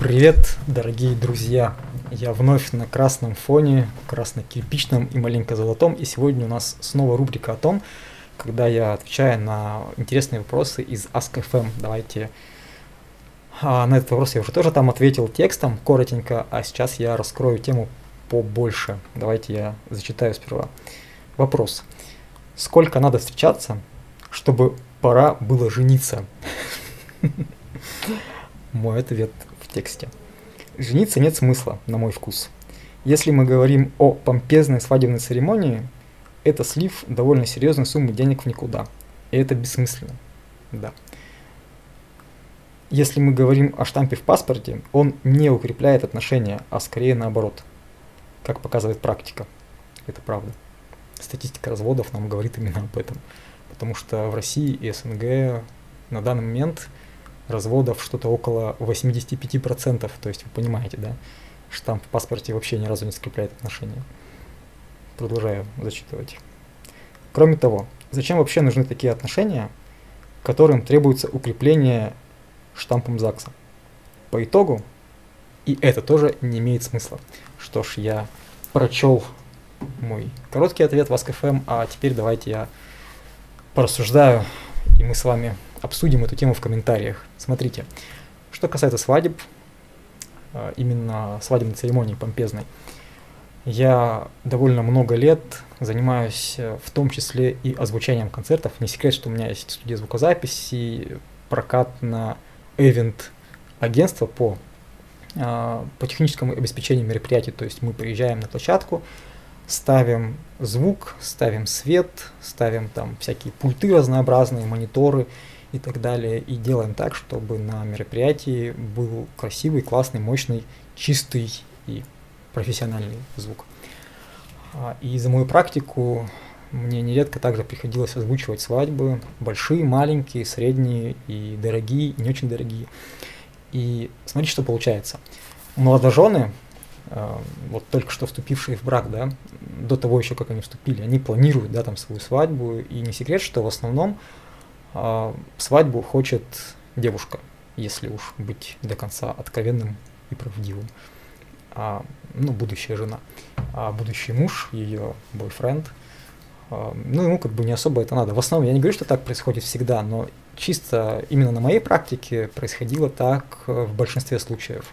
Привет, дорогие друзья! Я вновь на красном фоне, красно-кирпичном и маленько золотом, и сегодня у нас снова рубрика о том, когда я отвечаю на интересные вопросы из Ask.fm. Давайте на этот вопрос я уже тоже там ответил текстом, коротенько, а сейчас я раскрою тему побольше. Давайте я зачитаю сперва. Вопрос. Сколько надо встречаться, чтобы пора было жениться? Мой ответ в тексте. Жениться нет смысла, на мой вкус. Если мы говорим о помпезной свадебной церемонии, это слив довольно серьезной суммы денег в никуда. И это бессмысленно. Да. Если мы говорим о штампе в паспорте, он не укрепляет отношения, а скорее наоборот. Как показывает практика. Это правда. Статистика разводов нам говорит именно об этом. Потому что в России и СНГ на данный момент разводов что-то около 85%, то есть вы понимаете, да, штамп в паспорте вообще ни разу не скрепляет отношения. Продолжаю зачитывать. Кроме того, зачем вообще нужны такие отношения, которым требуется укрепление штампом ЗАГСа? По итогу, и это тоже не имеет смысла. Что ж, я прочел мой короткий ответ в Ask.fm, а теперь давайте я порассуждаю, и мы с вами обсудим эту тему в комментариях. Смотрите, что касается свадеб, именно свадебной церемонии помпезной, я довольно много лет занимаюсь в том числе и озвучанием концертов. Не секрет, что у меня есть студия звукозаписи, прокат на ивент-агентство по техническому обеспечению мероприятий. То есть мы приезжаем на площадку, ставим звук, ставим свет, ставим там всякие пульты разнообразные, мониторы и так далее, и делаем так, чтобы на мероприятии был красивый, классный, мощный, чистый и профессиональный звук. И за мою практику мне нередко также приходилось озвучивать свадьбы, большие, маленькие, средние и дорогие, и не очень дорогие. И смотрите, что получается. Молодожены, вот только что вступившие в брак, да, до того еще, как они вступили, они планируют, да, там свою свадьбу, и не секрет, что в основном свадьбу хочет девушка, если уж быть до конца откровенным и правдивым. Будущая жена. А будущий муж, ее бойфренд, ему как бы не особо это надо. В основном, я не говорю, что так происходит всегда, но чисто именно на моей практике происходило так в большинстве случаев.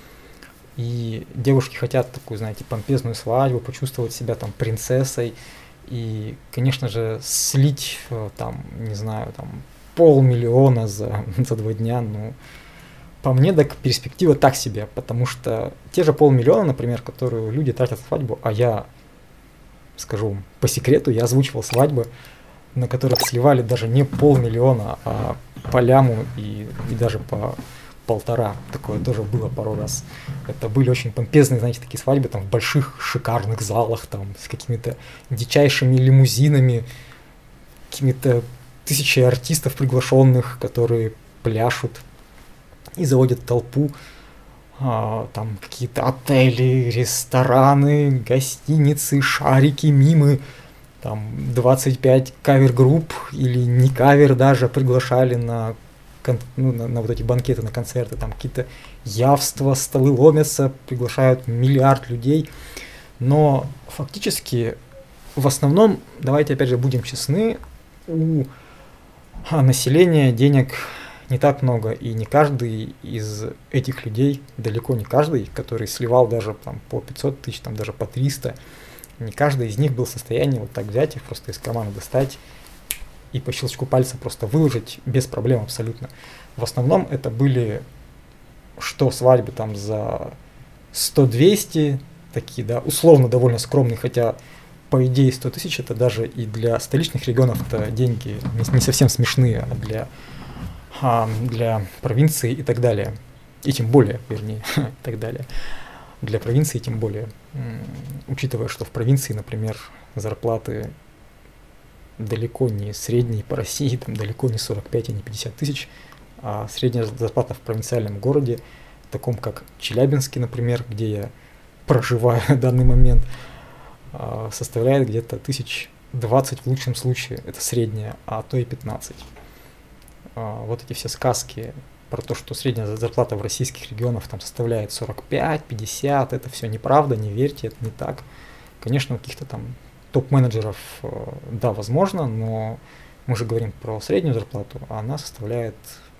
И девушки хотят такую, знаете, помпезную свадьбу, почувствовать себя там принцессой. И, конечно же, слить там, не знаю, там 500 000 за 2 дня, по мне так перспектива так себе, потому что те же 500 000, например, которые люди тратят на свадьбу, а я скажу вам по секрету, я озвучивал свадьбы, на которых сливали даже не 500 000, а по ляму и даже по 1,5. Такое тоже было пару раз. Это были очень помпезные, знаете, такие свадьбы там в больших шикарных залах, там с какими-то дичайшими лимузинами, какими-то 1000 артистов приглашенных, которые пляшут и заводят толпу. Там какие-то отели, рестораны, гостиницы, шарики, мимы. Там 25 кавер-групп или не кавер даже приглашали на вот эти банкеты, на концерты, там какие-то явства, столы ломятся, приглашают миллиард людей. Но фактически, в основном, давайте опять же будем честны, у населения денег не так много, и не каждый из этих людей, далеко не каждый, который сливал даже там, по 500 000, там, даже по 300, не каждый из них был в состоянии вот так взять их, просто из кармана достать и по щелчку пальца просто выложить без проблем абсолютно. В основном это были что свадьбы там за 100-200, такие, да, условно довольно скромные, хотя по идее 100 000 это даже и для столичных регионов-то деньги не совсем смешные, а для провинции и так далее. И тем более, вернее, и так далее. Для провинции тем более. Учитывая, что в провинции, например, зарплаты далеко не средние по России, там далеко не 45 и не 50 тысяч, а средняя зарплата в провинциальном городе, таком как Челябинске, например, где я проживаю в данный момент, составляет где-то 1020 в лучшем случае, это средняя, а то и 15. Вот эти все сказки про то, что средняя зарплата в российских регионах там составляет 45-50, это все неправда, не верьте, это не так. Конечно, у каких-то там топ-менеджеров, да, возможно, но мы же говорим про среднюю зарплату, а она составляет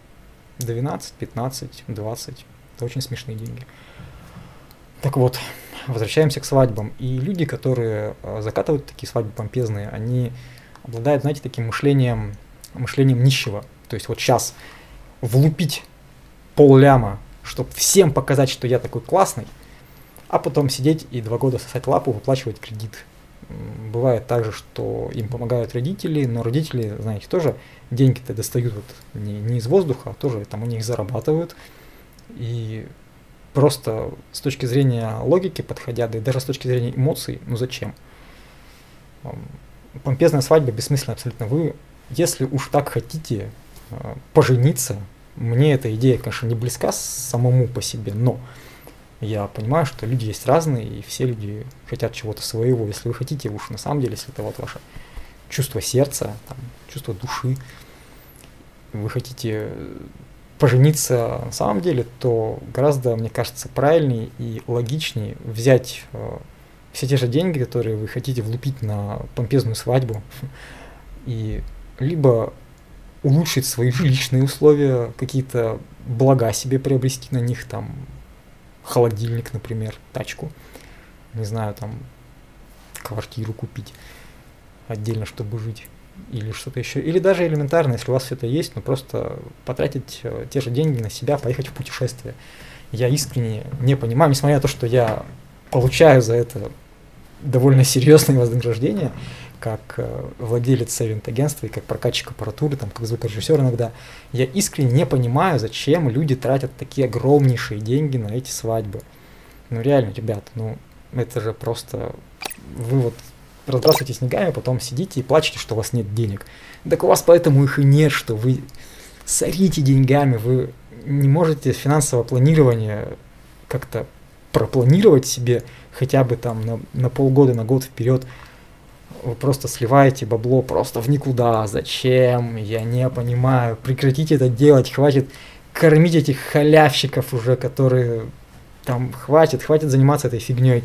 12, 15, 20. Это очень смешные деньги. Так вот, возвращаемся к свадьбам. И люди, которые закатывают такие свадьбы помпезные, они обладают, знаете, таким мышлением нищего. То есть вот сейчас влупить пол-ляма, чтобы всем показать, что я такой классный, а потом сидеть и 2 года сосать лапу, выплачивать кредит. Бывает так же, что им помогают родители, но родители, знаете, тоже деньги-то достают вот не из воздуха, а тоже там у них зарабатывают. И просто с точки зрения логики подходя, да и даже с точки зрения эмоций, ну зачем? Помпезная свадьба бессмысленна абсолютно. Вы, если уж так хотите пожениться, мне эта идея, конечно, не близка самому по себе, но я понимаю, что люди есть разные, и все люди хотят чего-то своего. Если вы хотите уж на самом деле, если это вот ваше чувство сердца, там, чувство души, вы хотите пожениться на самом деле, то гораздо, мне кажется, правильнее и логичнее взять все те же деньги, которые вы хотите влупить на помпезную свадьбу, и либо улучшить свои жилищные условия, какие-то блага себе приобрести на них, там, холодильник, например, тачку, не знаю, там, квартиру купить отдельно, чтобы жить, или что-то еще. Или даже элементарно, если у вас все это есть, ну просто потратить те же деньги на себя, поехать в путешествие. Я искренне не понимаю, несмотря на то, что я получаю за это довольно серьезное вознаграждение, как владелец ивент-агентства и как прокатчик аппаратуры, там, как звукорежиссер иногда, я искренне не понимаю, зачем люди тратят такие огромнейшие деньги на эти свадьбы. Ну реально, ребят, ну это же просто... Вы вот разбрасываетесь деньгами, потом сидите и плачете, что у вас нет денег. Так у вас поэтому их и нет, что вы сорите деньгами, вы не можете финансовое планирование как-то пропланировать себе хотя бы там на полгода, на год вперед. Вы просто сливаете бабло просто в никуда. Зачем? Я не понимаю. Прекратите это делать. Хватит кормить этих халявщиков уже, которые там хватит заниматься этой фигней.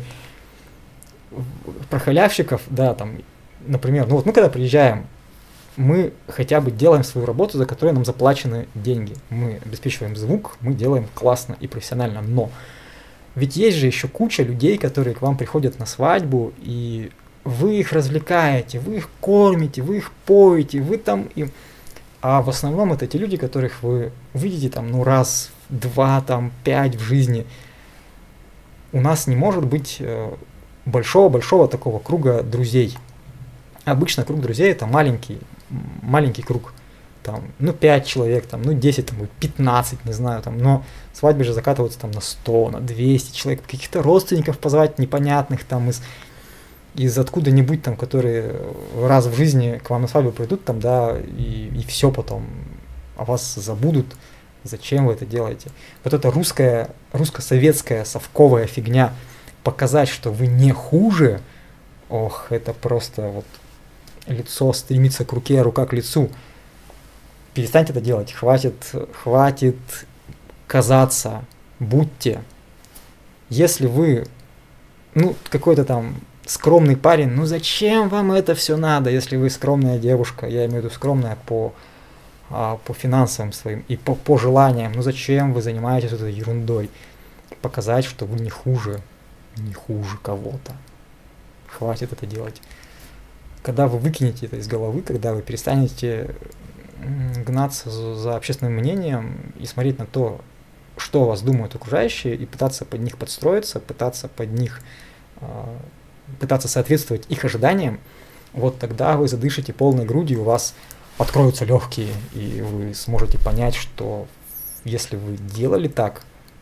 Про халявщиков, да, там, например, ну вот мы когда приезжаем, мы хотя бы делаем свою работу, за которую нам заплачены деньги. Мы обеспечиваем звук, мы делаем классно и профессионально, но ведь есть же еще куча людей, которые к вам приходят на свадьбу, и вы их развлекаете, вы их кормите, вы их поете, вы там им... А в основном это те люди, которых вы увидите там, ну, раз, 2, там, 5 в жизни. У нас не может быть большого-большого такого круга друзей. Обычно круг друзей это маленький круг. Там, ну, 5 человек, там, ну, 10, там, 15, не знаю, там, но свадьбы же закатываются там на 100, на 200 человек, каких-то родственников позвать непонятных там из откуда-нибудь там, которые раз в жизни к вам на свадьбу придут там, да, и все потом о вас забудут. Зачем вы это делаете? Вот эта русско-советская совковая фигня, показать, что вы не хуже, ох, это просто вот лицо стремится к руке, а рука к лицу. Перестаньте это делать, хватит казаться, будьте. Если вы, ну, какой-то там скромный парень, ну зачем вам это все надо, если вы скромная девушка, я имею в виду скромная по финансовым своим и по желаниям, ну зачем вы занимаетесь этой ерундой? Показать, что вы не хуже кого-то. Хватит это делать. Когда вы выкинете это из головы, когда вы перестанете гнаться за общественным мнением и смотреть на то, что о вас думают окружающие, и пытаться под них подстроиться, пытаться соответствовать их ожиданиям, вот тогда вы задышите полной грудью, у вас откроются легкие, и вы сможете понять, что если вы делали так,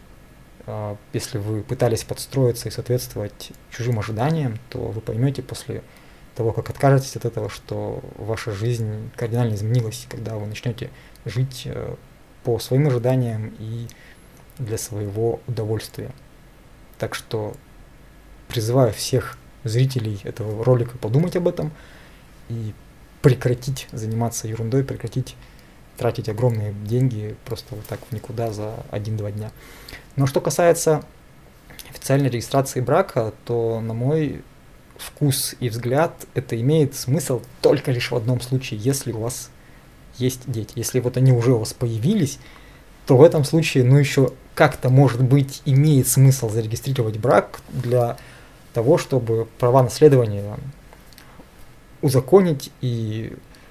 если вы пытались подстроиться и соответствовать чужим ожиданиям, то вы поймете после того, как откажетесь от этого, что ваша жизнь кардинально изменилась, когда вы начнете жить по своим ожиданиям и для своего удовольствия. Так что призываю всех зрителей этого ролика подумать об этом и прекратить заниматься ерундой, прекратить тратить огромные деньги просто вот так в никуда за 1-2 дня. Но что касается официальной регистрации брака, то на мой вкус и взгляд это имеет смысл только лишь в одном случае, если у вас есть дети. Если вот они уже у вас появились, то в этом случае, ну еще как-то, может быть, имеет смысл зарегистрировать брак для того, чтобы права наследования узаконить и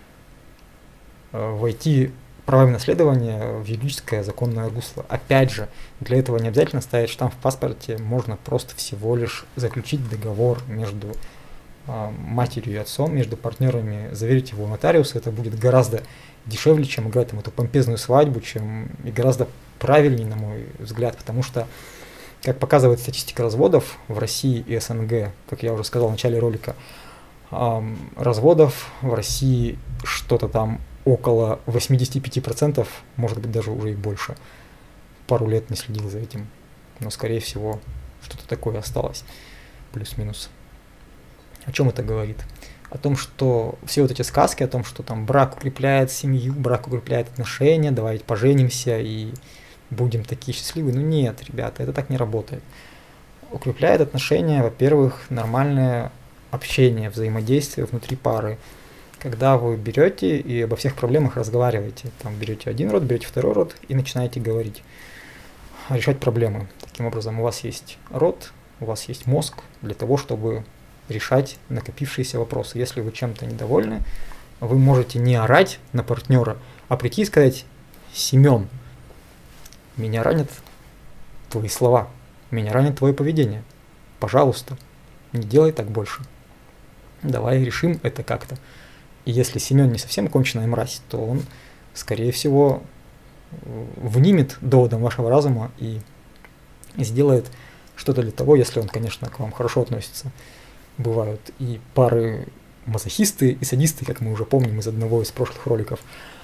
войти правами наследования в юридическое законное русло. Опять же, для этого не обязательно ставить штамп в паспорте, можно просто всего лишь заключить договор между матерью и отцом, между партнерами, заверить его у нотариуса. Это будет гораздо дешевле, чем играть там эту помпезную свадьбу, чем и гораздо правильнее, на мой взгляд, потому что, как показывает статистика разводов в России и СНГ, как я уже сказал в начале ролика, разводов в России что-то там около 85%, может быть даже уже и больше. Пару лет не следил за этим, но скорее всего что-то такое осталось, плюс-минус. О чем это говорит? О том, что все вот эти сказки о том, что там брак укрепляет семью, брак укрепляет отношения, давайте поженимся и будем такие счастливые. Ну нет, ребята, это так не работает. Укрепляет отношения, во-первых, нормальное общение, взаимодействие внутри пары. Когда вы берете и обо всех проблемах разговариваете, там берете один род, берете второй род и начинаете говорить, решать проблемы. Таким образом, у вас есть род, у вас есть мозг для того, чтобы решать накопившиеся вопросы. Если вы чем-то недовольны, вы можете не орать на партнера, а прийти и сказать: Семен, меня ранят твои слова, меня ранит твое поведение. Пожалуйста, не делай так больше. Давай решим это как-то. И если Семен не совсем конченая мразь, то он, скорее всего, внимет доводом вашего разума и сделает что-то для того, если он, конечно, к вам хорошо относится. Бывают и пары мазохисты и садисты, как мы уже помним из одного из прошлых роликов.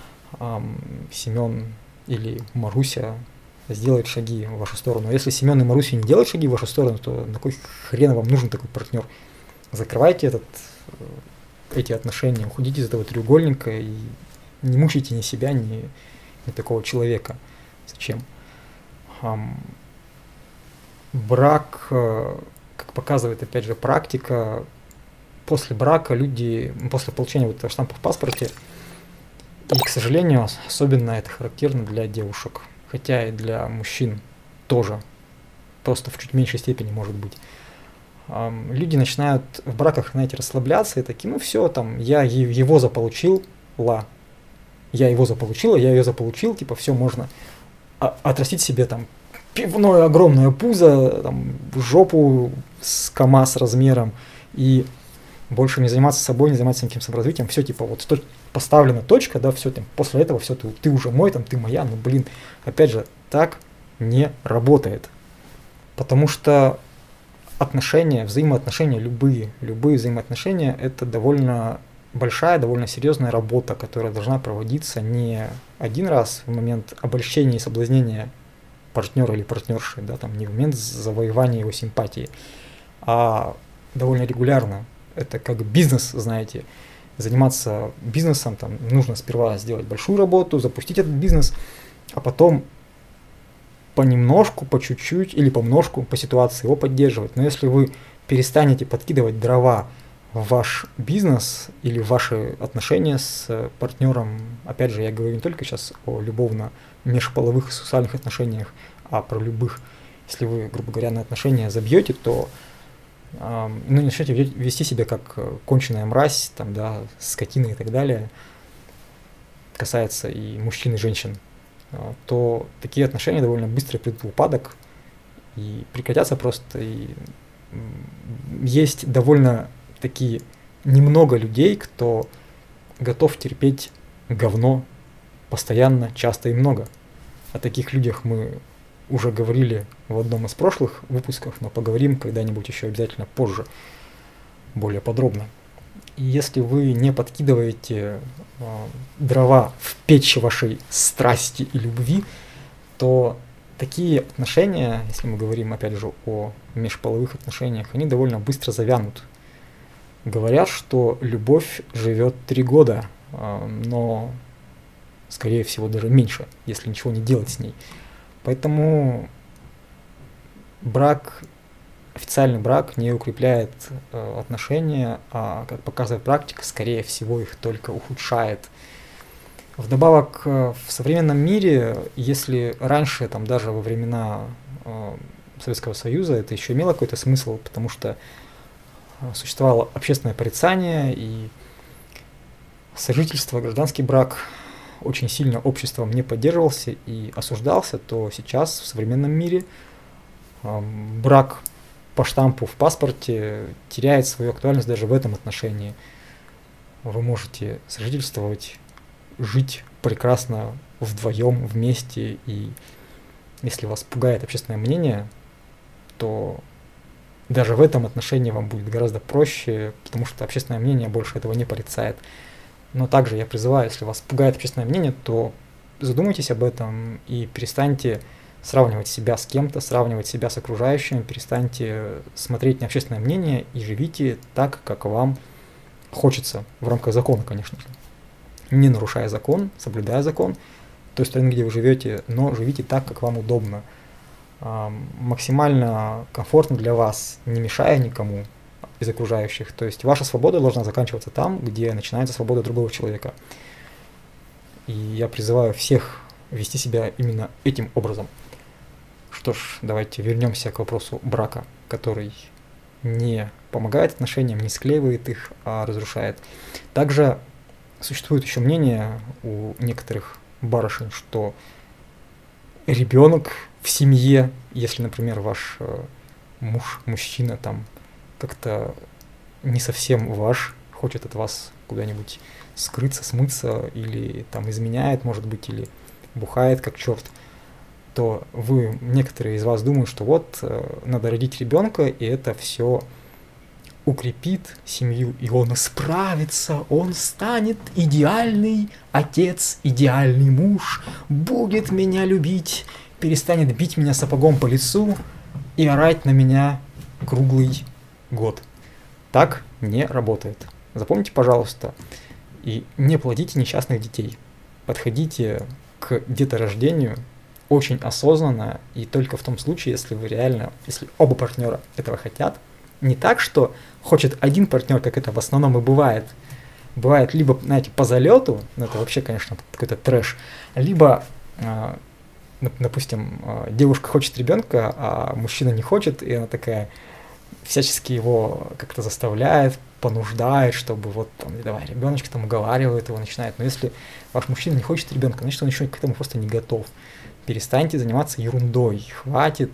Семен или Маруся сделает шаги в вашу сторону. А если Семен и Маруся не делают шаги в вашу сторону, то на кой хрен вам нужен такой партнер? Закрывайте эти отношения, уходите из этого треугольника и не мучайте ни себя, ни такого человека. Зачем? Брак, как показывает, опять же, практика, после брака люди, после получения вот этого штампа в паспорте, и, к сожалению, особенно это характерно для девушек, хотя и для мужчин тоже, просто в чуть меньшей степени, может быть. Люди начинают в браках, знаете, расслабляться и такие: ну все, там, я его заполучила, я его заполучила, я ее заполучил, типа, все, можно отрастить себе там пивное огромное пузо, там, жопу с КамАЗ размером и больше не заниматься собой, не заниматься никаким саморазвитием. Все, типа, вот поставлена точка, да, все, там, после этого все, ты уже мой, там, ты моя. Ну, блин, опять же, так не работает. Потому что отношения, взаимоотношения, любые взаимоотношения, это довольно большая, довольно серьезная работа, которая должна проводиться не один раз в момент обольщения и соблазнения партнера или партнерши, да, там, не в момент завоевания его симпатии, а довольно регулярно. Это как бизнес, знаете, заниматься бизнесом, там, нужно сперва сделать большую работу, запустить этот бизнес, а потом понемножку, по чуть-чуть или помножку по ситуации его поддерживать. Но если вы перестанете подкидывать дрова в ваш бизнес или в ваши отношения с партнером, опять же, я говорю не только сейчас о любовно-межполовых и сексуальных отношениях, а про любых, если вы, грубо говоря, на отношения забьете, то начнете вести себя как конченая мразь, там, да, скотина и так далее, касается и мужчин, и женщин, то такие отношения довольно быстро придут в упадок и прекратятся просто. И есть довольно такие немного людей, кто готов терпеть говно постоянно, часто и много. О таких людях мы уже говорили в одном из прошлых выпусков, но поговорим когда-нибудь еще обязательно позже, более подробно. И если вы не подкидываете дрова в печь вашей страсти и любви, то такие отношения, если мы говорим опять же о межполовых отношениях, они довольно быстро завянут. Говорят, что любовь живет 3 года, но скорее всего, даже меньше, если ничего не делать с ней. Поэтому официальный брак не укрепляет отношения, а, как показывает практика, скорее всего, их только ухудшает. Вдобавок, в современном мире, если раньше, там, даже во времена Советского Союза, это еще имело какой-то смысл, потому что существовало общественное порицание и сожительство, гражданский брак очень сильно обществом не поддерживался и осуждался, то сейчас в современном мире брак по штампу в паспорте теряет свою актуальность даже в этом отношении. Вы можете сожительствовать, жить прекрасно вдвоем, вместе, и если вас пугает общественное мнение, то даже в этом отношении вам будет гораздо проще, потому что общественное мнение больше этого не порицает. Но также я призываю, если вас пугает общественное мнение, то задумайтесь об этом и перестаньте сравнивать себя с кем-то, сравнивать себя с окружающим, перестаньте смотреть на общественное мнение и живите так, как вам хочется, в рамках закона, конечно же. Не нарушая закон, соблюдая закон той страны, где вы живете, но живите так, как вам удобно. Максимально комфортно для вас, не мешая никому из окружающих. То есть ваша свобода должна заканчиваться там, где начинается свобода другого человека. И я призываю всех вести себя именно этим образом. Что ж, давайте вернемся к вопросу брака, который не помогает отношениям, не склеивает их, а разрушает. Также существует еще мнение у некоторых барышень, что ребенок в семье, если, например, ваш мужчина там как-то не совсем ваш, хочет от вас куда-нибудь скрыться, смыться, или там изменяет, может быть, или бухает как черт, то некоторые из вас думают, что вот надо родить ребенка, и это все укрепит семью, и он справится, он станет идеальный отец, идеальный муж, будет меня любить, перестанет бить меня сапогом по лицу и орать на меня круглый год. Так не работает. Запомните, пожалуйста, и не плодите несчастных детей. Подходите к деторождению очень осознанно, и только в том случае, если оба партнера этого хотят. Не так, что хочет один партнер, как это в основном и бывает. Бывает либо, знаете, по залету, ну это вообще, конечно, какой-то трэш, либо, допустим, девушка хочет ребенка, а мужчина не хочет, и она такая всячески его как-то заставляет, понуждает, чтобы вот там, давай, ребеночка там уговаривает его, начинает. Но если ваш мужчина не хочет ребенка, значит, он еще к этому просто не готов. Перестаньте заниматься ерундой. Хватит.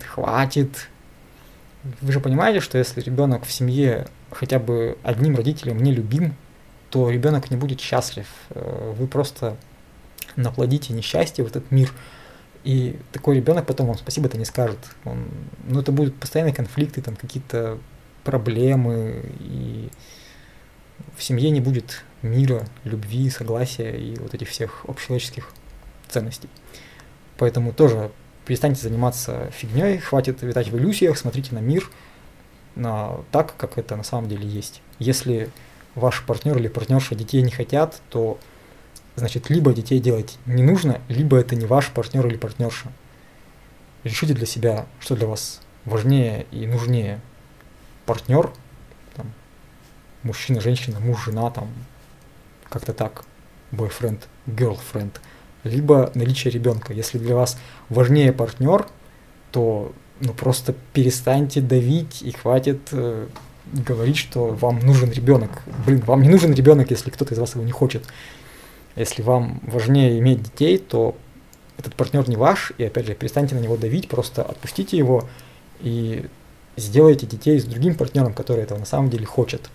Вы же понимаете, что если ребенок в семье хотя бы одним родителем не любим, то ребенок не будет счастлив. Вы просто наплодите несчастье в этот мир, и такой ребенок потом вам спасибо-то не скажет. Это будут постоянные конфликты, там какие-то проблемы, и в семье не будет мира, любви, согласия и вот этих всех общечеловеческих ценностей. Поэтому тоже перестаньте заниматься фигней, хватит витать в иллюзиях, смотрите на мир так, как это на самом деле есть. Если ваш партнер или партнерша детей не хотят, то значит либо детей делать не нужно, либо это не ваш партнер или партнерша. Решите для себя, что для вас важнее и нужнее: партнер, там, мужчина, женщина, муж, жена, там, как-то так, бойфренд, girlfriend, либо наличие ребенка. Если для вас важнее партнер, то просто перестаньте давить и хватит говорить, что вам нужен ребенок. Вам не нужен ребенок, если кто-то из вас его не хочет. Если вам важнее иметь детей, то этот партнер не ваш, и опять же, перестаньте на него давить, просто отпустите его и сделайте детей с другим партнером, который этого на самом деле хочет.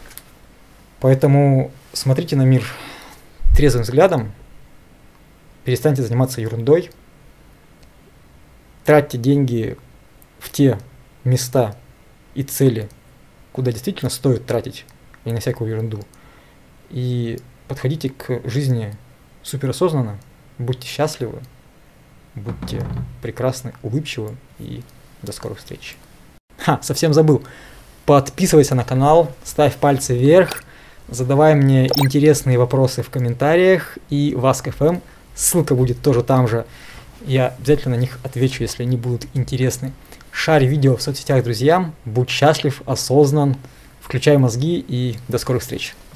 Поэтому смотрите на мир трезвым взглядом, перестаньте заниматься ерундой, тратьте деньги в те места и цели, куда действительно стоит тратить, и на всякую ерунду. И подходите к жизни суперосознанно, будьте счастливы, будьте прекрасны, улыбчивы, и до скорых встреч. Совсем забыл. Подписывайся на канал, ставь пальцы вверх, задавай мне интересные вопросы в комментариях, и Васк.ФМ ссылка будет тоже там же. Я обязательно на них отвечу, если они будут интересны. Шарь видео в соцсетях друзьям, будь счастлив, осознан, включай мозги и до скорых встреч.